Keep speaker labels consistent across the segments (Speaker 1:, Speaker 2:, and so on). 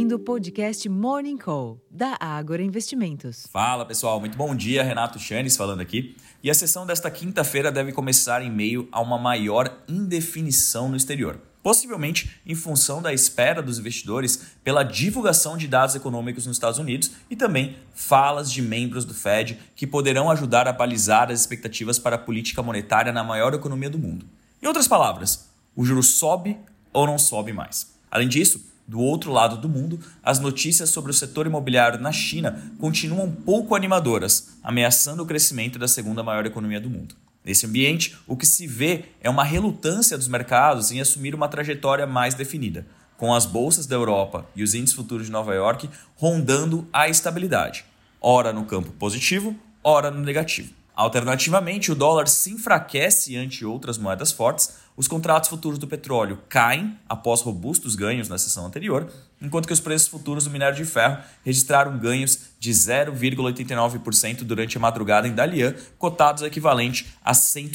Speaker 1: ouvindo o podcast Morning Call, da Ágora Investimentos.
Speaker 2: Fala pessoal, muito bom dia, Renato Chanes falando aqui. E a sessão desta quinta-feira deve começar em meio a uma maior indefinição no exterior. Possivelmente em função da espera dos investidores pela divulgação de dados econômicos nos Estados Unidos e também falas de membros do Fed que poderão ajudar a balizar as expectativas para a política monetária na maior economia do mundo. Em outras palavras, o juro sobe ou não sobe mais. Além disso, do outro lado do mundo, as notícias sobre o setor imobiliário na China continuam pouco animadoras, ameaçando o crescimento da segunda maior economia do mundo. Nesse ambiente, o que se vê é uma relutância dos mercados em assumir uma trajetória mais definida, com as bolsas da Europa e os índices futuros de Nova York rondando a estabilidade, ora no campo positivo, ora no negativo. Alternativamente, o dólar se enfraquece ante outras moedas fortes, os contratos futuros do petróleo caem após robustos ganhos na sessão anterior, enquanto que os preços futuros do minério de ferro registraram ganhos de 0,89% durante a madrugada em Dalian, cotados equivalente a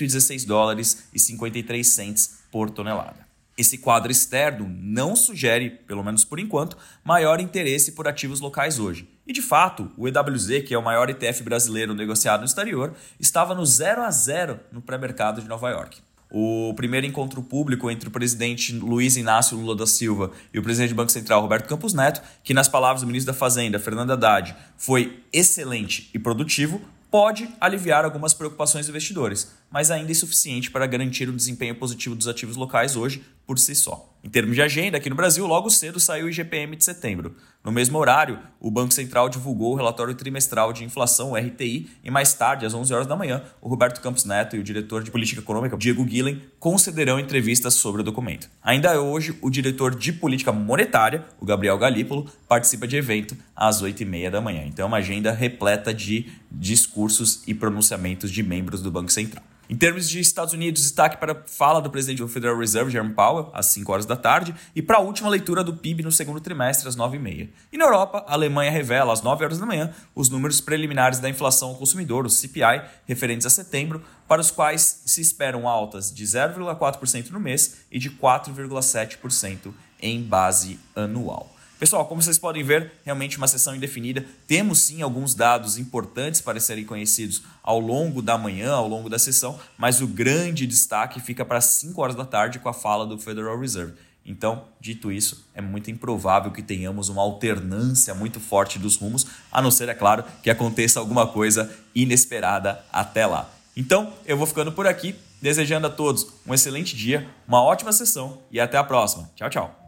Speaker 2: $116,53 por tonelada. Esse quadro externo não sugere, pelo menos por enquanto, maior interesse por ativos locais hoje. E de fato, o EWZ, que é o maior ETF brasileiro negociado no exterior, estava no 0-0 no pré-mercado de Nova York. O primeiro encontro público entre o presidente Luiz Inácio Lula da Silva e o presidente do Banco Central, Roberto Campos Neto, que nas palavras do ministro da Fazenda, Fernando Haddad, foi excelente e produtivo, pode aliviar algumas preocupações dos investidores, mas ainda é insuficiente para garantir um desempenho positivo dos ativos locais hoje por si só. Em termos de agenda, aqui no Brasil, logo cedo saiu o IGPM de setembro. No mesmo horário, o Banco Central divulgou o relatório trimestral de inflação, o RTI, e mais tarde, às 11 horas da manhã, o Roberto Campos Neto e o diretor de política econômica, Diego Guilhem, concederão entrevistas sobre o documento. Ainda hoje, o diretor de política monetária, o Gabriel Galípolo, participa de evento às 8h30 da manhã. Então é uma agenda repleta de discursos e pronunciamentos de membros do Banco Central. Em termos de Estados Unidos, destaque para a fala do presidente do Federal Reserve, Jerome Powell, às 5 horas da tarde, e para a última leitura do PIB no segundo trimestre, às 9h30. E na Europa, a Alemanha revela, às 9 horas da manhã, os números preliminares da inflação ao consumidor, o CPI, referentes a setembro, para os quais se esperam altas de 0,4% no mês e de 4,7% em base anual. Pessoal, como vocês podem ver, realmente uma sessão indefinida. Temos sim alguns dados importantes para serem conhecidos ao longo da manhã, ao longo da sessão, mas o grande destaque fica para 5 horas da tarde com a fala do Federal Reserve. Então, dito isso, é muito improvável que tenhamos uma alternância muito forte dos rumos, a não ser, é claro, que aconteça alguma coisa inesperada até lá. Então, eu vou ficando por aqui, desejando a todos um excelente dia, uma ótima sessão e até a próxima. Tchau, tchau.